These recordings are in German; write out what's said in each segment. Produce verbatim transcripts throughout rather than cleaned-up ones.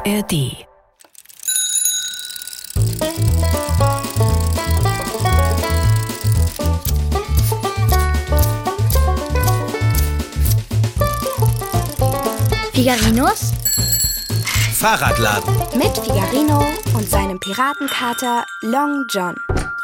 A R D. Figarinos Fahrradladen mit Figarino und seinem Piratenkater Long John.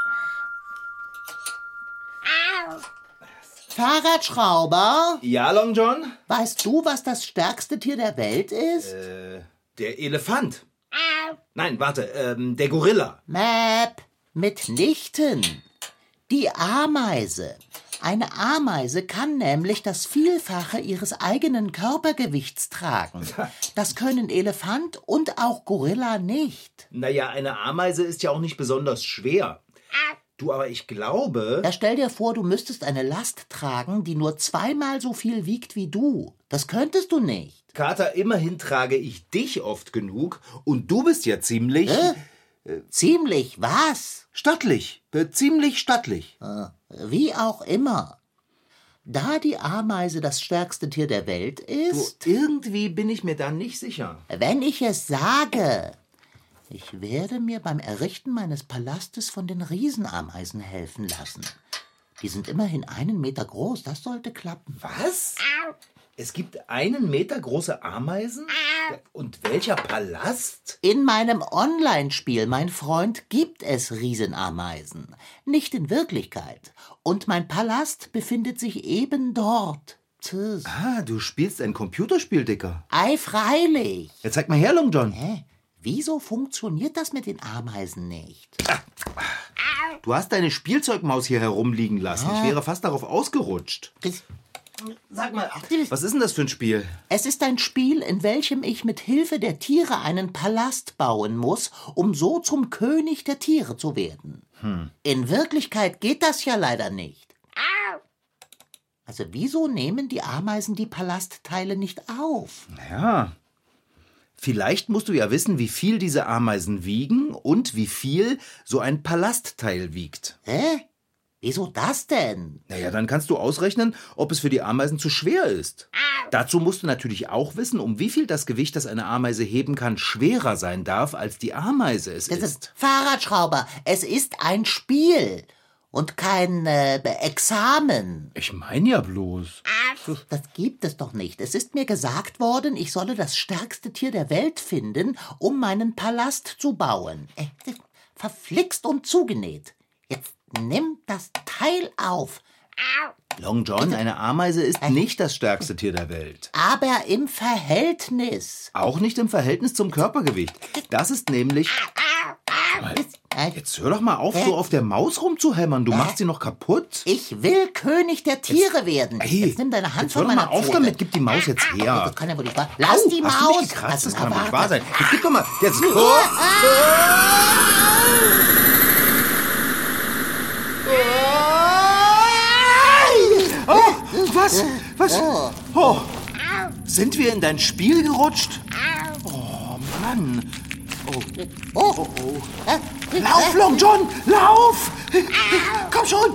Fahrradschrauber? Ja, Long John? Weißt du, was das stärkste Tier der Welt ist? Äh, der Elefant. Nein, warte, ähm, der Gorilla. Map, mitnichten. Die Ameise. Eine Ameise kann nämlich das Vielfache ihres eigenen Körpergewichts tragen. Das können Elefant und auch Gorilla nicht. Naja, eine Ameise ist ja auch nicht besonders schwer. Du, aber ich glaube... Ja, stell dir vor, du müsstest eine Last tragen, die nur zweimal so viel wiegt wie du. Das könntest du nicht. Kater, immerhin trage ich dich oft genug und du bist ja ziemlich... Äh? Äh, ziemlich was? Stattlich. Äh, ziemlich stattlich. Äh, wie auch immer. Da die Ameise das stärkste Tier der Welt ist... Du, irgendwie bin ich mir da nicht sicher. Wenn ich es sage... Ich werde mir beim Errichten meines Palastes von den Riesenameisen helfen lassen. Die sind immerhin einen Meter groß, das sollte klappen. Was? Es gibt einen Meter große Ameisen? Und welcher Palast? In meinem Online-Spiel, mein Freund, gibt es Riesenameisen. Nicht in Wirklichkeit. Und mein Palast befindet sich eben dort. Tschüss. Ah, du spielst ein Computerspiel, Dicker. Ei, freilich. Jetzt zeig mal her, Long John. Hä? Wieso funktioniert das mit den Ameisen nicht? Du hast deine Spielzeugmaus hier herumliegen lassen. Ich wäre fast darauf ausgerutscht. Sag mal, was ist denn das für ein Spiel? Es ist ein Spiel, in welchem ich mit Hilfe der Tiere einen Palast bauen muss, um so zum König der Tiere zu werden. Hm. In Wirklichkeit geht das ja leider nicht. Also wieso nehmen die Ameisen die Palastteile nicht auf? Naja... Vielleicht musst du ja wissen, wie viel diese Ameisen wiegen und wie viel so ein Palastteil wiegt. Hä? Wieso das denn? Naja, dann kannst du ausrechnen, ob es für die Ameisen zu schwer ist. Dazu musst du natürlich auch wissen, um wie viel das Gewicht, das eine Ameise heben kann, schwerer sein darf, als die Ameise es das ist. ist. Fahrradschrauber, es ist ein Spiel und kein äh, Examen. Ich meine ja bloß. Das gibt es doch nicht. Es ist mir gesagt worden, ich solle das stärkste Tier der Welt finden, um meinen Palast zu bauen. Äh, verflixt und zugenäht. Jetzt nimm das Teil auf. Long John, eine Ameise ist nicht das stärkste Tier der Welt. Aber im Verhältnis. Auch nicht im Verhältnis zum Körpergewicht. Das ist nämlich... Jetzt hör doch mal auf, so auf der Maus rumzuhämmern. Du machst sie noch kaputt. Ich will König der Tiere jetzt, werden. Hey, jetzt nimm deine Hand jetzt von hör doch meiner mal auf Pfote. damit. Gib die Maus jetzt her. Das kann ja wohl nicht wahr. Lass Au, die hast Maus. du mich gekratzt? Das Also, kann doch nicht warte. wahr sein. Jetzt gib doch mal. Jetzt. Oh, was? Was? Oh. Sind wir in dein Spiel gerutscht? Oh, Mann. Oh. Oh. Oh, oh. Lauf, Long John, lauf! Komm schon!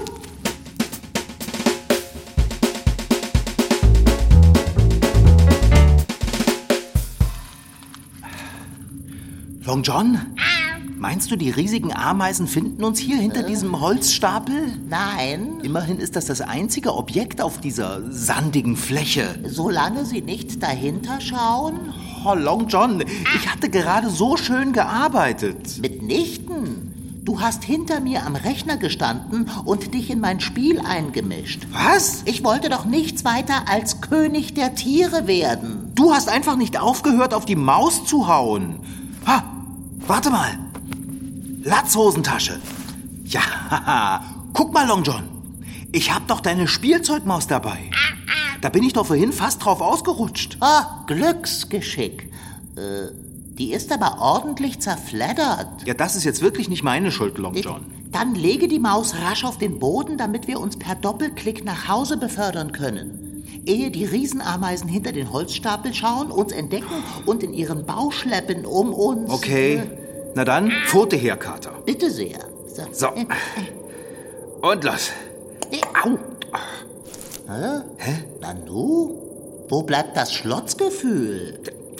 Long John? Meinst du, die riesigen Ameisen finden uns hier hinter diesem Holzstapel? Nein. Immerhin ist das das einzige Objekt auf dieser sandigen Fläche. Solange sie nicht dahinter schauen? Oh, Long John, ich hatte gerade so schön gearbeitet. Mitnichten. Du hast hinter mir am Rechner gestanden und dich in mein Spiel eingemischt. Was? Ich wollte doch nichts weiter als König der Tiere werden. Du hast einfach nicht aufgehört, auf die Maus zu hauen. Ha, warte mal. Latzhosentasche. Ja, guck mal, Long John. Ich hab doch deine Spielzeugmaus dabei. Da bin ich doch vorhin fast drauf ausgerutscht. Ah, Glücksgeschick. Äh, die ist aber ordentlich zerfleddert. Ja, das ist jetzt wirklich nicht meine Schuld, Long John. Dann lege die Maus rasch auf den Boden, damit wir uns per Doppelklick nach Hause befördern können. Ehe die Riesenameisen hinter den Holzstapel schauen, uns entdecken und in ihren Bau schleppen, um uns... Okay, na dann, Pfote her, Kater. Bitte sehr. So. So. Und los. Au. Hä? Hä? Nanu? Wo bleibt das Schlotzgefühl?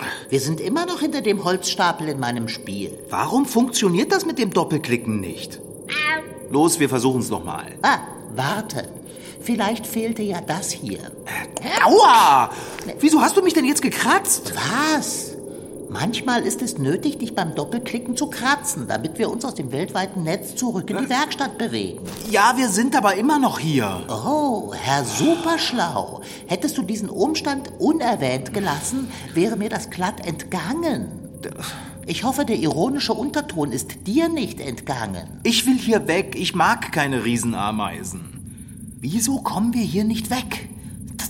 Wir sind immer noch hinter dem Holzstapel in meinem Spiel. Warum funktioniert das mit dem Doppelklicken nicht? Los, wir versuchen es nochmal. Ah, warte. Vielleicht fehlte ja das hier. Aua! Wieso hast du mich denn jetzt gekratzt? Was? Manchmal ist es nötig, dich beim Doppelklicken zu kratzen, damit wir uns aus dem weltweiten Netz zurück in die Werkstatt bewegen. Ja, wir sind aber immer noch hier. Oh, Herr Superschlau. Hättest du diesen Umstand unerwähnt gelassen, wäre mir das glatt entgangen. Ich hoffe, der ironische Unterton ist dir nicht entgangen. Ich will hier weg. Ich mag keine Riesenameisen. Wieso kommen wir hier nicht weg? Das,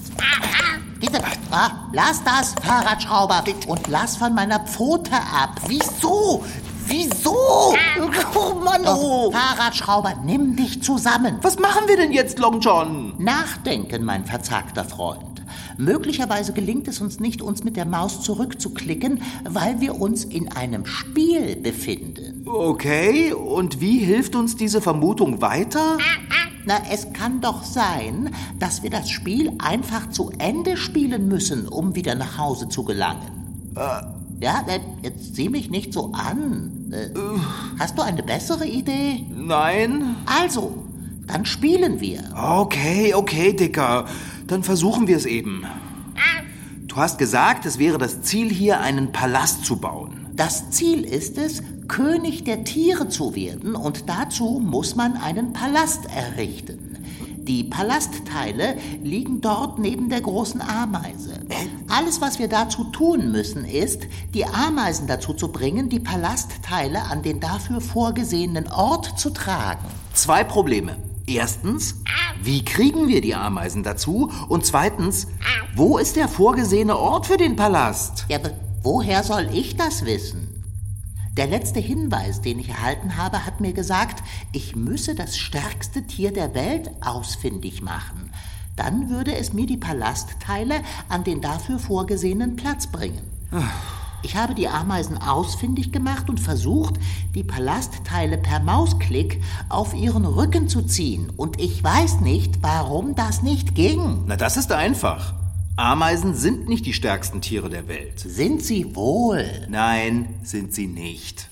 ah, lass das, Fahrradschrauber, und lass von meiner Pfote ab. Wieso? Wieso? Oh Mann, oh. Fahrradschrauber, nimm dich zusammen. Was machen wir denn jetzt, Long John? Nachdenken, mein verzagter Freund. Möglicherweise gelingt es uns nicht, uns mit der Maus zurückzuklicken, weil wir uns in einem Spiel befinden. Okay, und wie hilft uns diese Vermutung weiter? Na, es kann doch sein, dass wir das Spiel einfach zu Ende spielen müssen, um wieder nach Hause zu gelangen. Äh. Ja, jetzt sieh mich nicht so an. Äh, äh. Hast du eine bessere Idee? Nein. Also, dann spielen wir. Okay, okay, Dicker. Dann versuchen wir es eben. Du hast gesagt, es wäre das Ziel hier, einen Palast zu bauen. Das Ziel ist es, König der Tiere zu werden, und dazu muss man einen Palast errichten. Die Palastteile liegen dort neben der großen Ameise. Alles, was wir dazu tun müssen, ist, die Ameisen dazu zu bringen, die Palastteile an den dafür vorgesehenen Ort zu tragen. Zwei Probleme. Erstens, wie kriegen wir die Ameisen dazu? Und zweitens, wo ist der vorgesehene Ort für den Palast? Ja, aber woher soll ich das wissen? Der letzte Hinweis, den ich erhalten habe, hat mir gesagt, ich müsse das stärkste Tier der Welt ausfindig machen. Dann würde es mir die Palastteile an den dafür vorgesehenen Platz bringen. Ich habe die Ameisen ausfindig gemacht und versucht, die Palastteile per Mausklick auf ihren Rücken zu ziehen. Und ich weiß nicht, warum das nicht ging. Na, das ist einfach. Ameisen sind nicht die stärksten Tiere der Welt. Sind sie wohl? Nein, sind sie nicht.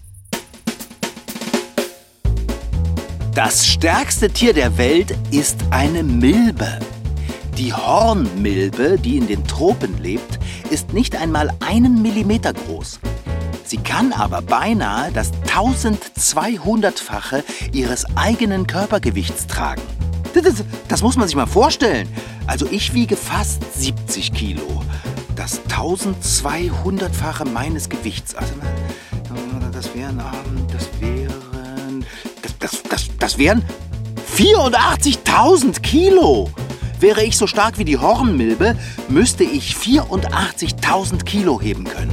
Das stärkste Tier der Welt ist eine Milbe. Die Hornmilbe, die in den Tropen lebt, ist nicht einmal einen Millimeter groß. Sie kann aber beinahe das tausendzweihundertfache ihres eigenen Körpergewichts tragen. Das, das, das muss man sich mal vorstellen. Also ich wiege fast siebzig Kilo. Das tausendzweihundertfache meines Gewichts. Also, das wären, das wären, das, das, das, das wären vierundachtzigtausend Kilo. Wäre ich so stark wie die Hornmilbe, müsste ich vierundachtzigtausend Kilo heben können.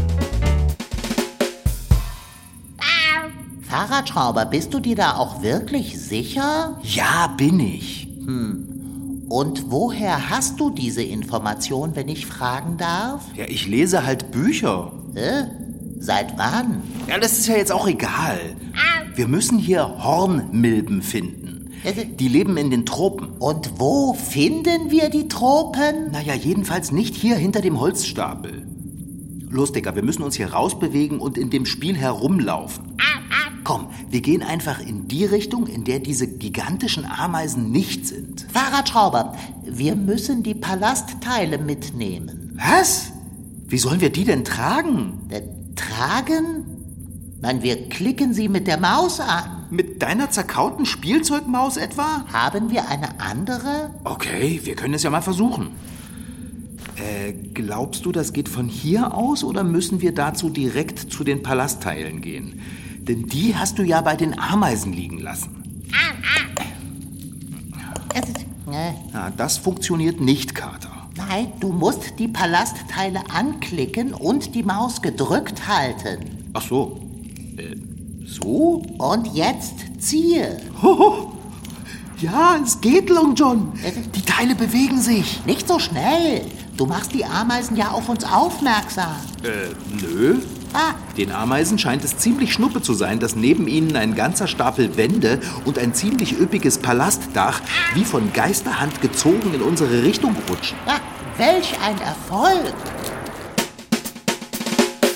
Fahrradschrauber, bist du dir da auch wirklich sicher? Ja, bin ich. Hm. Und woher hast du diese Information, wenn ich fragen darf? Ja, ich lese halt Bücher. Äh? Seit wann? Ja, das ist ja jetzt auch egal. Wir müssen hier Hornmilben finden. Die leben in den Tropen. Und wo finden wir die Tropen? Naja, jedenfalls nicht hier hinter dem Holzstapel. Los, Dicker, wir müssen uns hier rausbewegen und in dem Spiel herumlaufen. Komm, wir gehen einfach in die Richtung, in der diese gigantischen Ameisen nicht sind. Fahrradschrauber, wir müssen die Palastteile mitnehmen. Was? Wie sollen wir die denn tragen? Äh, tragen? Nein, wir klicken sie mit der Maus an. Mit deiner zerkauten Spielzeugmaus etwa? Haben wir eine andere? Okay, wir können es ja mal versuchen. Äh, glaubst du, das geht von hier aus oder müssen wir dazu direkt zu den Palastteilen gehen? Denn die hast du ja bei den Ameisen liegen lassen. Na, das funktioniert nicht, Kater. Nein, du musst die Palastteile anklicken und die Maus gedrückt halten. Ach so. Äh, so? Und jetzt ziehe. Hoho. Ja, es geht, Long John. Die Teile bewegen sich. Nicht so schnell. Du machst die Ameisen ja auf uns aufmerksam. Äh, nö. Ah. Den Ameisen scheint es ziemlich schnuppe zu sein, dass neben ihnen ein ganzer Stapel Wände und ein ziemlich üppiges Palastdach wie von Geisterhand gezogen in unsere Richtung rutschen. Ja, welch ein Erfolg!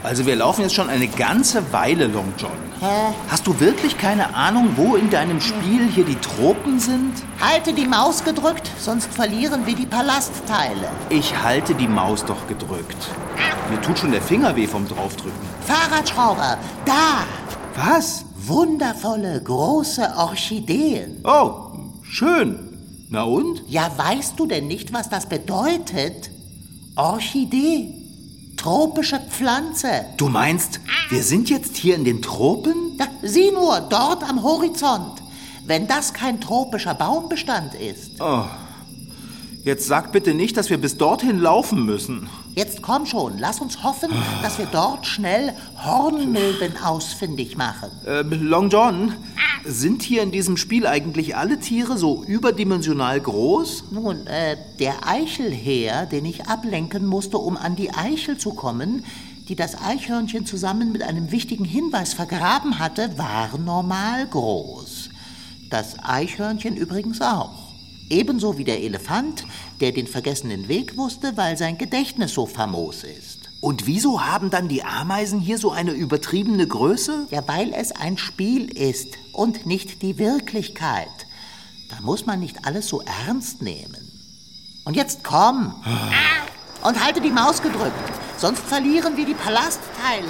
Also wir laufen jetzt schon eine ganze Weile, Long John. Hä? Hast du wirklich keine Ahnung, wo in deinem Spiel hier die Tropen sind? Halte die Maus gedrückt, sonst verlieren wir die Palastteile. Ich halte die Maus doch gedrückt. Mir tut schon der Finger weh vom Draufdrücken. Fahrradschrauber, da! Was? Wundervolle, große Orchideen. Oh, schön. Na und? Ja, weißt du denn nicht, was das bedeutet? Orchidee. Tropische Pflanze. Du meinst, wir sind jetzt hier in den Tropen? Da, sieh nur, dort am Horizont. Wenn das kein tropischer Baumbestand ist. Oh, jetzt sag bitte nicht, dass wir bis dorthin laufen müssen. Jetzt komm schon, lass uns hoffen, dass wir dort schnell Hornmilben ausfindig machen. Äh, Long John, sind hier in diesem Spiel eigentlich alle Tiere so überdimensional groß? Nun, äh, der Eichelhäher, den ich ablenken musste, um an die Eichel zu kommen, die das Eichhörnchen zusammen mit einem wichtigen Hinweis vergraben hatte, war normal groß. Das Eichhörnchen übrigens auch. Ebenso wie der Elefant, der den vergessenen Weg wusste, weil sein Gedächtnis so famos ist. Und wieso haben dann die Ameisen hier so eine übertriebene Größe? Ja, weil es ein Spiel ist und nicht die Wirklichkeit. Da muss man nicht alles so ernst nehmen. Und jetzt komm. Und halte die Maus gedrückt, sonst verlieren wir die Palastteile.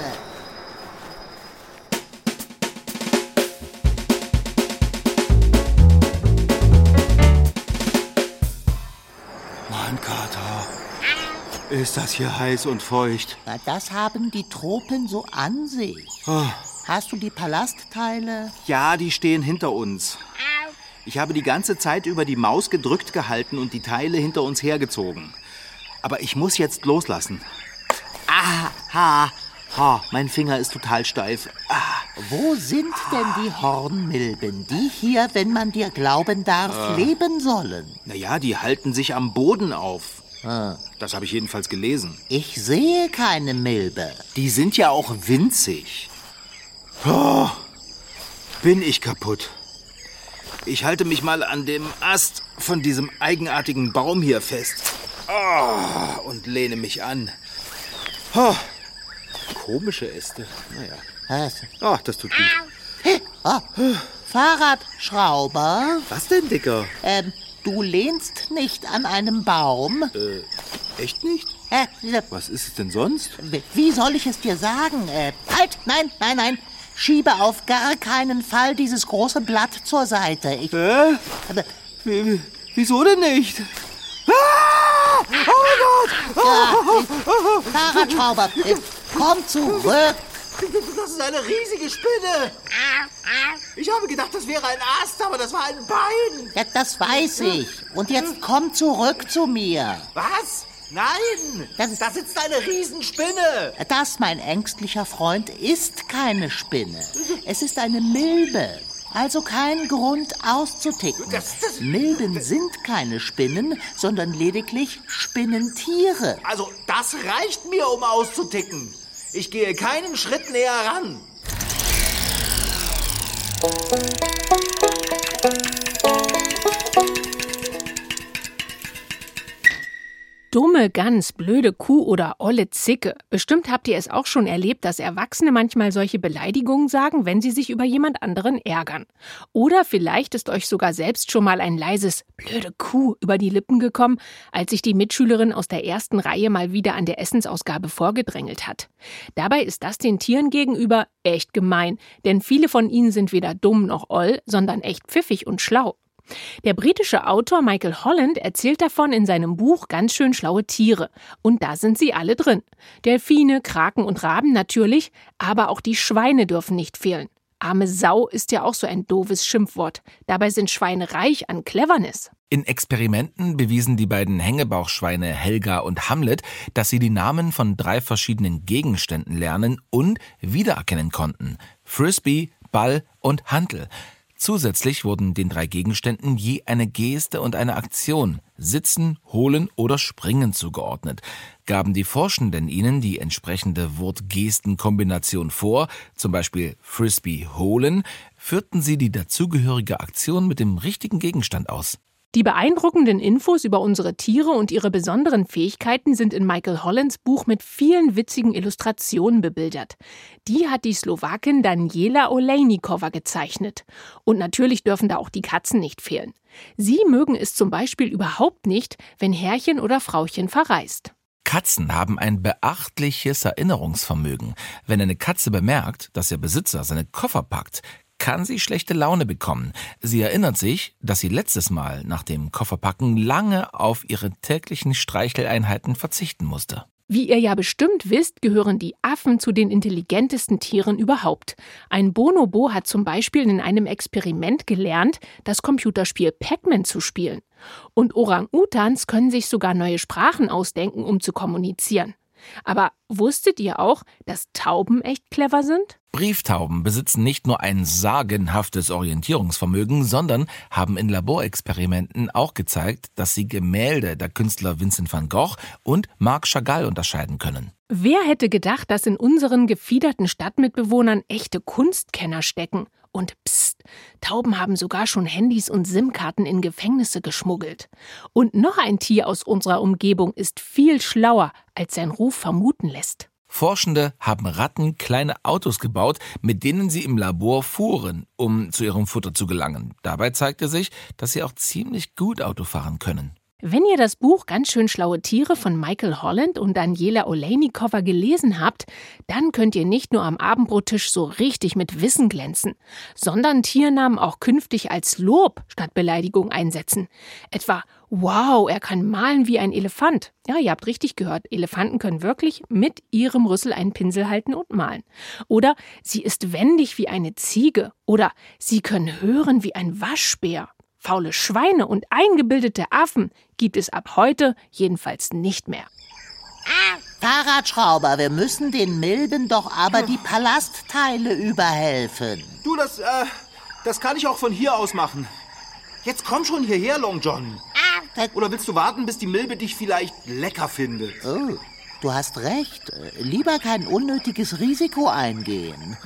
Mann, Kater, ist das hier heiß und feucht. Na, das haben die Tropen so an sich. Oh. Hast du die Palastteile? Ja, die stehen hinter uns. Ich habe die ganze Zeit über die Maus gedrückt gehalten und die Teile hinter uns hergezogen. Aber ich muss jetzt loslassen. Ah, ha, ha, mein Finger ist total steif. Ah. Wo sind denn die Hornmilben, die hier, wenn man dir glauben darf, äh. leben sollen? Naja, die halten sich am Boden auf. Ah. Das habe ich jedenfalls gelesen. Ich sehe keine Milbe. Die sind ja auch winzig. Oh, bin ich kaputt. Ich halte mich mal an dem Ast von diesem eigenartigen Baum hier fest. Oh, und lehne mich an. Oh, komische Äste. Naja. Was? Ach, das tut gut. Oh, Fahrradschrauber. Was denn, Dicker? Ähm, du lehnst nicht an einem Baum. Äh, echt nicht? Äh, Was ist es denn sonst? Wie soll ich es dir sagen? Äh, halt, nein, nein, nein. Schiebe auf gar keinen Fall dieses große Blatt zur Seite. Ich, Hä? äh, Wie, wieso denn nicht? Ah! Oh Gott! ja, äh, Fahrradschrauber, äh, komm zurück. Das ist eine riesige Spinne. Ich habe gedacht, das wäre ein Ast, aber das war ein Bein. Ja, das weiß ich. Und jetzt komm zurück zu mir. Was? Nein! Das- da sitzt eine Riesenspinne. Das, mein ängstlicher Freund, ist keine Spinne. Es ist eine Milbe. Also kein Grund auszuticken. Das- das- Milben sind keine Spinnen, sondern lediglich Spinnentiere. Also, das reicht mir, um auszuticken. Ich gehe keinen Schritt näher ran. Dumme Gans, blöde Kuh oder olle Zicke. Bestimmt habt ihr es auch schon erlebt, dass Erwachsene manchmal solche Beleidigungen sagen, wenn sie sich über jemand anderen ärgern. Oder vielleicht ist euch sogar selbst schon mal ein leises blöde Kuh über die Lippen gekommen, als sich die Mitschülerin aus der ersten Reihe mal wieder an der Essensausgabe vorgedrängelt hat. Dabei ist das den Tieren gegenüber echt gemein, denn viele von ihnen sind weder dumm noch oll, sondern echt pfiffig und schlau. Der britische Autor Michael Holland erzählt davon in seinem Buch Ganz schön schlaue Tiere. Und da sind sie alle drin. Delfine, Kraken und Raben natürlich, aber auch die Schweine dürfen nicht fehlen. Arme Sau ist ja auch so ein doofes Schimpfwort. Dabei sind Schweine reich an Cleverness. In Experimenten bewiesen die beiden Hängebauchschweine Helga und Hamlet, dass sie die Namen von drei verschiedenen Gegenständen lernen und wiedererkennen konnten. Frisbee, Ball und Hantel. Zusätzlich wurden den drei Gegenständen je eine Geste und eine Aktion, Sitzen, Holen oder Springen zugeordnet. Gaben die Forschenden ihnen die entsprechende Wort-Gesten-Kombination vor, zum Beispiel Frisbee holen, führten sie die dazugehörige Aktion mit dem richtigen Gegenstand aus. Die beeindruckenden Infos über unsere Tiere und ihre besonderen Fähigkeiten sind in Michael Hollands Buch mit vielen witzigen Illustrationen bebildert. Die hat die Slowakin Daniela Olejnikowa gezeichnet. Und natürlich dürfen da auch die Katzen nicht fehlen. Sie mögen es zum Beispiel überhaupt nicht, wenn Herrchen oder Frauchen verreist. Katzen haben ein beachtliches Erinnerungsvermögen. Wenn eine Katze bemerkt, dass ihr Besitzer seine Koffer packt, kann sie schlechte Laune bekommen. Sie erinnert sich, dass sie letztes Mal nach dem Kofferpacken lange auf ihre täglichen Streicheleinheiten verzichten musste. Wie ihr ja bestimmt wisst, gehören die Affen zu den intelligentesten Tieren überhaupt. Ein Bonobo hat zum Beispiel in einem Experiment gelernt, das Computerspiel Pac-Man zu spielen. Und Orang-Utans können sich sogar neue Sprachen ausdenken, um zu kommunizieren. Aber wusstet ihr auch, dass Tauben echt clever sind? Brieftauben besitzen nicht nur ein sagenhaftes Orientierungsvermögen, sondern haben in Laborexperimenten auch gezeigt, dass sie Gemälde der Künstler Vincent van Gogh und Marc Chagall unterscheiden können. Wer hätte gedacht, dass in unseren gefiederten Stadtmitbewohnern echte Kunstkenner stecken? Und psst, Tauben haben sogar schon Handys und SIM-Karten in Gefängnisse geschmuggelt. Und noch ein Tier aus unserer Umgebung ist viel schlauer, als sein Ruf vermuten lässt. Forschende haben Ratten kleine Autos gebaut, mit denen sie im Labor fuhren, um zu ihrem Futter zu gelangen. Dabei zeigte sich, dass sie auch ziemlich gut Auto fahren können. Wenn ihr das Buch Ganz schön schlaue Tiere von Michael Holland und Daniela Olejnikowa gelesen habt, dann könnt ihr nicht nur am Abendbrottisch so richtig mit Wissen glänzen, sondern Tiernamen auch künftig als Lob statt Beleidigung einsetzen. Etwa, wow, er kann malen wie ein Elefant. Ja, ihr habt richtig gehört, Elefanten können wirklich mit ihrem Rüssel einen Pinsel halten und malen. Oder, sie ist wendig wie eine Ziege. Oder, sie können hören wie ein Waschbär. Faule Schweine und eingebildete Affen gibt es ab heute jedenfalls nicht mehr. Fahrradschrauber, wir müssen den Milben doch aber die Palastteile überhelfen. Du, das, äh, das kann ich auch von hier aus machen. Jetzt komm schon hierher, Long John. Oder willst du warten, bis die Milbe dich vielleicht lecker findet? Oh, du hast recht. Lieber kein unnötiges Risiko eingehen.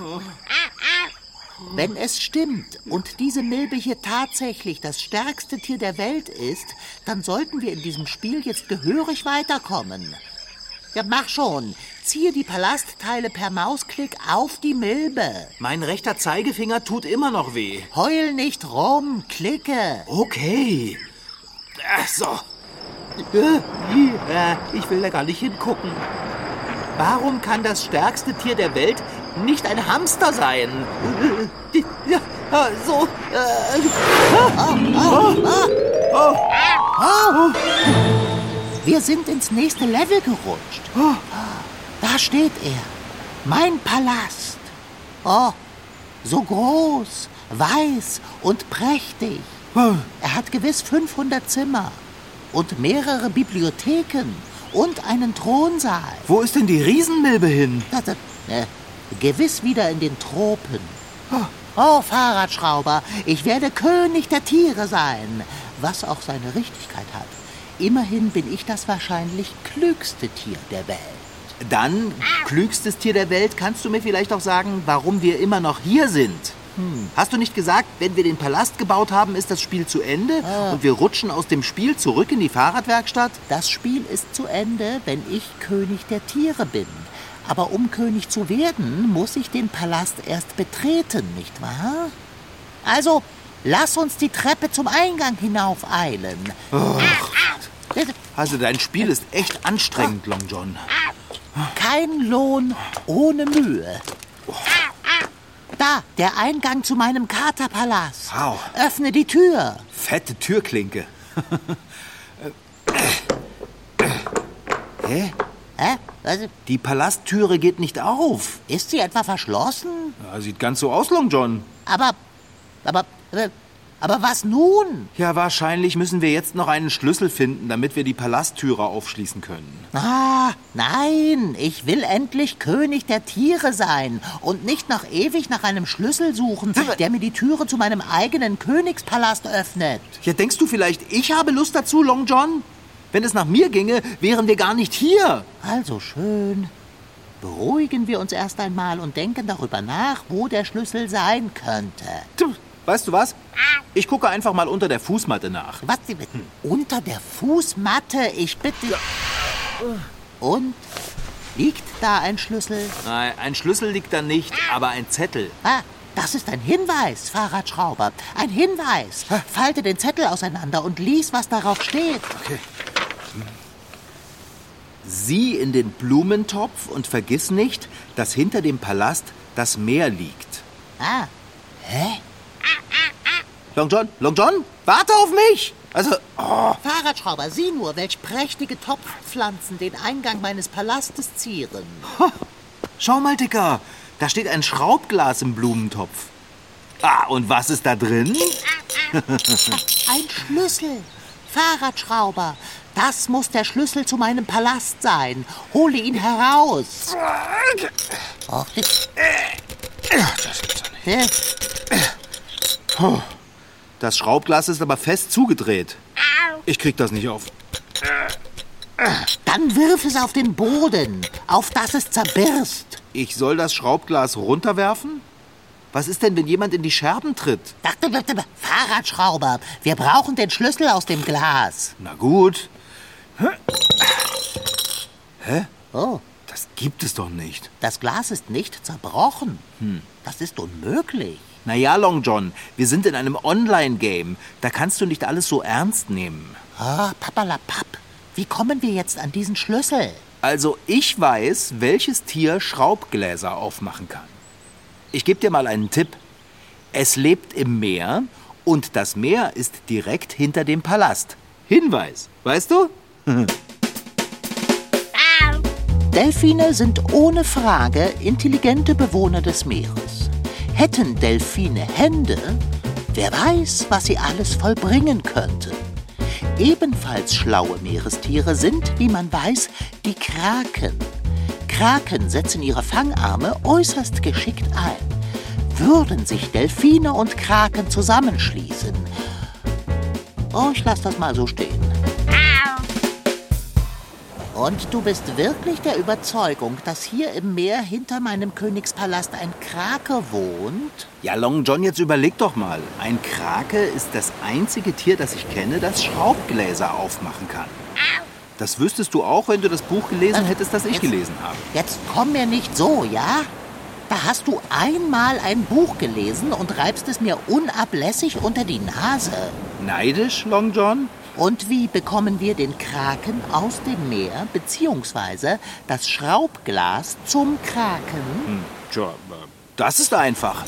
Wenn es stimmt und diese Milbe hier tatsächlich das stärkste Tier der Welt ist, dann sollten wir in diesem Spiel jetzt gehörig weiterkommen. Ja, mach schon. Ziehe die Palastteile per Mausklick auf die Milbe. Mein rechter Zeigefinger tut immer noch weh. Heul nicht rum, klicke. Okay. Ach so. Ich will da gar nicht hingucken. Warum kann das stärkste Tier der Welt nicht ein Hamster sein? Ja, so. Wir sind ins nächste Level gerutscht. Da steht er. Mein Palast. Oh, so groß, weiß und prächtig. Er hat gewiss fünfhundert Zimmer und mehrere Bibliotheken und einen Thronsaal. Wo ist denn die Riesenmilbe hin? Das, äh, gewiss wieder in den Tropen. Oh, Fahrradschrauber, ich werde König der Tiere sein, was auch seine Richtigkeit hat. Immerhin bin ich das wahrscheinlich klügste Tier der Welt. Dann, klügstes Tier der Welt, kannst du mir vielleicht auch sagen, warum wir immer noch hier sind? Hm. Hast du nicht gesagt, wenn wir den Palast gebaut haben, ist das Spiel zu Ende ah. und wir rutschen aus dem Spiel zurück in die Fahrradwerkstatt? Das Spiel ist zu Ende, wenn ich König der Tiere bin. Aber um König zu werden, muss ich den Palast erst betreten, nicht wahr? Also, lass uns die Treppe zum Eingang hinaufeilen. Oh. Also dein Spiel ist echt anstrengend, Long John. Kein Lohn ohne Mühe. Da, der Eingang zu meinem Katerpalast. Wow. Öffne die Tür. Fette Türklinke. Hä? Hä? Was? Die Palasttüre geht nicht auf. Ist sie etwa verschlossen? Ja, sieht ganz so aus, Long John. Aber, aber, aber was nun? Ja, wahrscheinlich müssen wir jetzt noch einen Schlüssel finden, damit wir die Palasttüre aufschließen können. Ah, nein, ich will endlich König der Tiere sein und nicht noch ewig nach einem Schlüssel suchen, der mir die Türe zu meinem eigenen Königspalast öffnet. Ja, denkst du vielleicht, ich habe Lust dazu, Long John? Wenn es nach mir ginge, wären wir gar nicht hier. Also schön. Beruhigen wir uns erst einmal und denken darüber nach, wo der Schlüssel sein könnte. Weißt du was? Ich gucke einfach mal unter der Fußmatte nach. Was, Sie bitten? Unter der Fußmatte? Ich bitte... Und? Liegt da ein Schlüssel? Nein, ein Schlüssel liegt da nicht, aber ein Zettel. Ah, das ist ein Hinweis, Fahrradschrauber. Ein Hinweis. Falte den Zettel auseinander und lies, was darauf steht. Okay. Sieh in den Blumentopf und vergiss nicht, dass hinter dem Palast das Meer liegt. Ah, hä? Long John, Long John, warte auf mich! Also, oh. Fahrradschrauber, sieh nur, welch prächtige Topfpflanzen den Eingang meines Palastes zieren. Schau mal, Dicker, da steht ein Schraubglas im Blumentopf. Ah, und was ist da drin? Ein Schlüssel. Fahrradschrauber, das muss der Schlüssel zu meinem Palast sein. Hole ihn heraus. Oh, Das gibt's doch nicht. Das Schraubglas ist aber fest zugedreht. Ich krieg das nicht auf. Dann wirf es auf den Boden, auf dass es zerbirst. Ich soll das Schraubglas runterwerfen? Was ist denn, wenn jemand in die Scherben tritt? Dachte, Fahrradschrauber, wir brauchen den Schlüssel aus dem Glas. Na gut. Hä? Oh, Das gibt es doch nicht. das Glas ist nicht zerbrochen. Hm. Das ist unmöglich. Na ja, Long John, wir sind in einem Online-Game. Da kannst du nicht alles so ernst nehmen. Ah, papalapap. Wie kommen wir jetzt an diesen Schlüssel? Also ich weiß, welches Tier Schraubgläser aufmachen kann. Ich gebe dir mal einen Tipp. Es lebt im Meer und das Meer ist direkt hinter dem Palast. Hinweis, weißt du? Delfine sind ohne Frage intelligente Bewohner des Meeres. Hätten Delfine Hände, wer weiß, was sie alles vollbringen könnten. Ebenfalls schlaue Meerestiere sind, wie man weiß, die Kraken. Kraken setzen ihre Fangarme äußerst geschickt ein. Würden sich Delfine und Kraken zusammenschließen? Oh, ich lass das mal so stehen. Und du bist wirklich der Überzeugung, dass hier im Meer hinter meinem Königspalast ein Krake wohnt? Ja, Long John, jetzt überleg doch mal. Ein Krake ist das einzige Tier, das ich kenne, das Schraubgläser aufmachen kann. Das wüsstest du auch, wenn du das Buch gelesen hättest, das ich Jetzt- gelesen habe. Jetzt komm mir nicht so, ja? Da hast du einmal ein Buch gelesen und reibst es mir unablässig unter die Nase. Neidisch, Long John? Und wie bekommen wir den Kraken aus dem Meer, beziehungsweise das Schraubglas zum Kraken? Hm, tja, das ist einfach.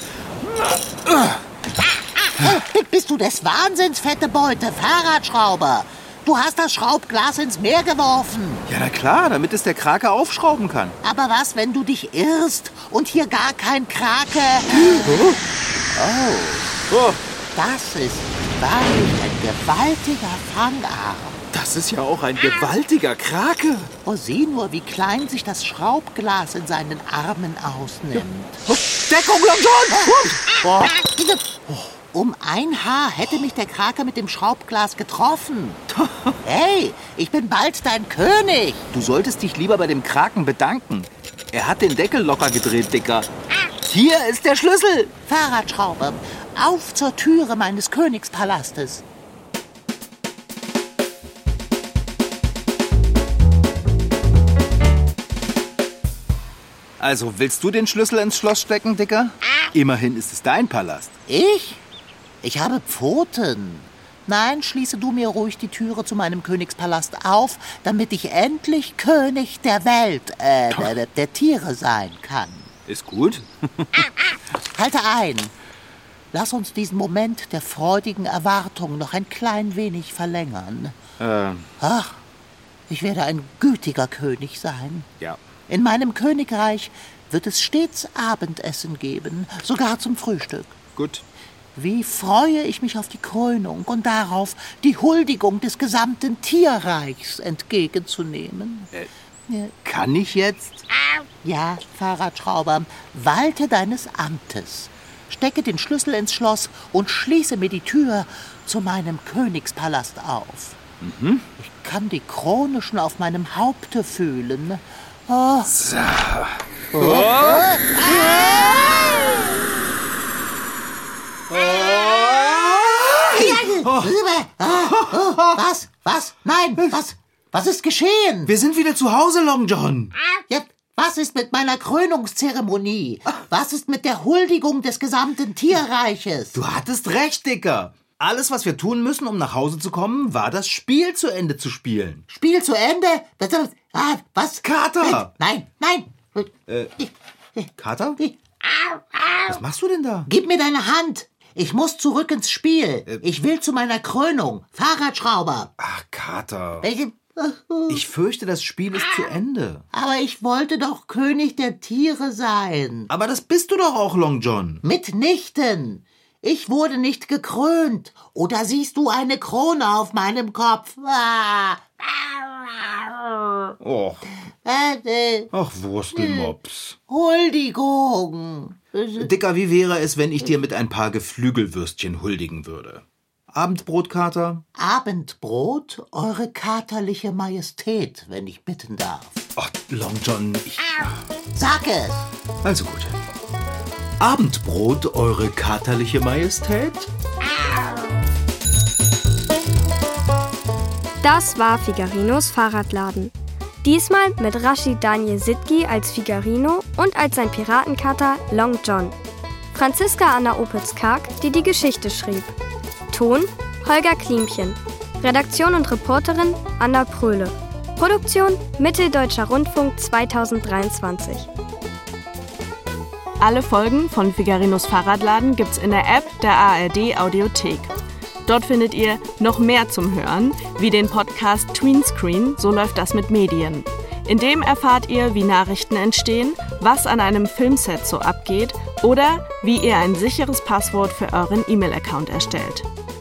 Oh, bist du des Wahnsinns, fette Beute, Fahrradschrauber? Du hast das Schraubglas ins Meer geworfen. Ja, na klar, damit es der Krake aufschrauben kann. Aber was, wenn du dich irrst und hier gar kein Krake... Oh, Das ist wahrlich ein gewaltiger Fangarm. das ist ja auch ein gewaltiger Krake. Oh, sieh nur, wie klein sich das Schraubglas in seinen Armen ausnimmt. Oh, Deckung, Long John! Oh, diese- Um ein Haar hätte mich der Krake mit dem Schraubglas getroffen. Hey, ich bin bald dein König. Du solltest dich lieber bei dem Kraken bedanken. Er hat den Deckel locker gedreht, Dicker. Hier ist der Schlüssel. Fahrradschrauber, auf zur Türe meines Königspalastes. Also, willst du den Schlüssel ins Schloss stecken, Dicker? Immerhin ist es dein Palast. Ich? Ich habe Pfoten. Nein, schließe du mir ruhig die Türe zu meinem Königspalast auf, damit ich endlich König der Welt, äh, der, der Tiere sein kann. Ist gut. Halte ein. Lass uns diesen Moment der freudigen Erwartung noch ein klein wenig verlängern. Ähm, Ach, ich werde ein gütiger König sein. ja. In meinem Königreich wird es stets Abendessen geben, sogar zum Frühstück. Gut. Wie freue ich mich auf die Krönung und darauf, die Huldigung des gesamten Tierreichs entgegenzunehmen. Äh, Ja, kann ich jetzt? ja, Fahrradschrauber, walte deines Amtes. Stecke den Schlüssel ins Schloss und schließe mir die Tür zu meinem Königspalast auf. Mhm. Ich kann die Krone schon auf meinem Haupte fühlen. Oh. Oh. Was? Was? Nein, was? Was ist geschehen? Wir sind wieder zu Hause, Long John. Ja, was ist mit meiner Krönungszeremonie? Was ist mit der Huldigung des gesamten Tierreiches? Du hattest recht, Dicker. Alles, was wir tun müssen, um nach Hause zu kommen, war das Spiel zu Ende zu spielen. Spiel zu Ende? Ah, was? Kater! Nein, nein. Äh, Kater? Was machst du denn da? Gib mir deine Hand. Ich muss zurück ins Spiel. Ich will zu meiner Krönung. Fahrradschrauber. Ach, Kater. Welche? Ich fürchte, das Spiel ist zu Ende. Aber ich wollte doch König der Tiere sein. Aber das bist du doch auch, Long John. Mitnichten. Ich wurde nicht gekrönt. Oder siehst du eine Krone auf meinem Kopf? Och. Äh, Ach, Wurstelmops. Huldigung. Dicker, wie wäre es, wenn ich dir mit ein paar Geflügelwürstchen huldigen würde? Abendbrot, Kater? Abendbrot, eure katerliche Majestät, wenn ich bitten darf. Ach, Long John, ich... Sag es. Also gut. Abendbrot, eure katerliche Majestät? Das war Figarinos Fahrradladen. Diesmal mit Rashid Daniel Sidki als Figarino und als sein Piratenkater Long John. Franziska Anna Opitz-Karg, die die Geschichte schrieb. Ton Holger Klimchen. Redaktion und Reporterin Anna Pröhle. Produktion Mitteldeutscher Rundfunk zweitausenddreiundzwanzig. Alle Folgen von Figarinos Fahrradladen gibt's in der App der A R D Audiothek. Dort findet ihr noch mehr zum Hören, wie den Podcast Tweenscreen, so läuft das mit Medien. In dem erfahrt ihr, wie Nachrichten entstehen, was an einem Filmset so abgeht oder wie ihr ein sicheres Passwort für euren E-Mail-Account erstellt.